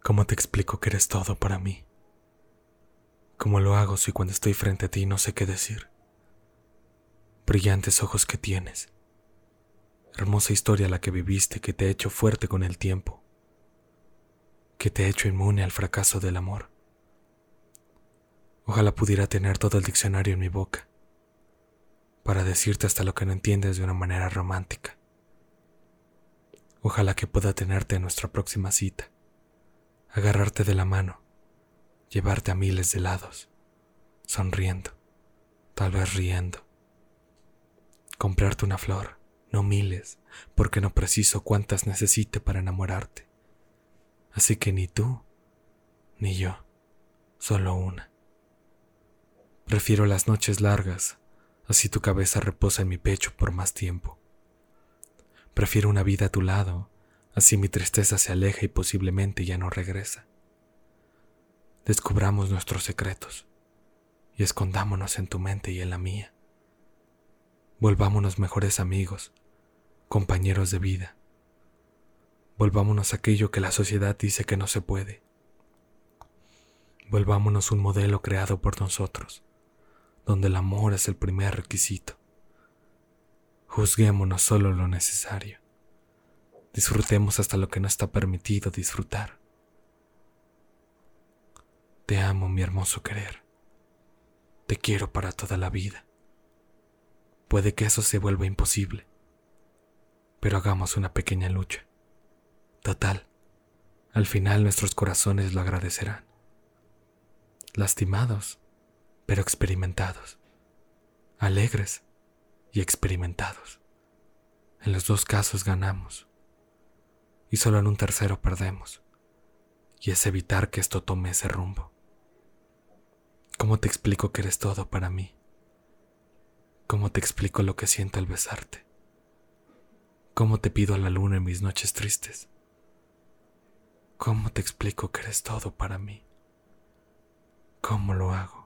¿Cómo te explico que eres todo para mí? ¿Cómo lo hago si cuando estoy frente a ti no sé qué decir? Brillantes ojos que tienes, hermosa historia la que viviste que te ha hecho fuerte con el tiempo, que te ha hecho inmune al fracaso del amor. Ojalá pudiera tener todo el diccionario en mi boca, para decirte hasta lo que no entiendes de una manera romántica. Ojalá que pueda tenerte en nuestra próxima cita, agarrarte de la mano, llevarte a miles de lados, sonriendo, tal vez riendo. Comprarte una flor, no miles, porque no preciso cuántas necesite para enamorarte. Así que ni tú, ni yo, solo una. Prefiero las noches largas, así tu cabeza reposa en mi pecho por más tiempo. Prefiero una vida a tu lado, así mi tristeza se aleja y posiblemente ya no regresa. Descubramos nuestros secretos y escondámonos en tu mente y en la mía. Volvámonos mejores amigos, compañeros de vida. Volvámonos aquello que la sociedad dice que no se puede. Volvámonos un modelo creado por nosotros, donde el amor es el primer requisito. Juzguémonos solo lo necesario. Disfrutemos hasta lo que no está permitido disfrutar. Te amo, mi hermoso querer. Te quiero para toda la vida. Puede que eso se vuelva imposible, pero hagamos una pequeña lucha. Total, al final nuestros corazones lo agradecerán. Lastimados, pero experimentados. Alegres y experimentados. En los dos casos ganamos. Y solo en un tercero perdemos. Y es evitar que esto tome ese rumbo. ¿Cómo te explico que eres todo para mí? ¿Cómo te explico lo que siento al besarte? ¿Cómo te pido a la luna en mis noches tristes? ¿Cómo te explico que eres todo para mí? ¿Cómo lo hago?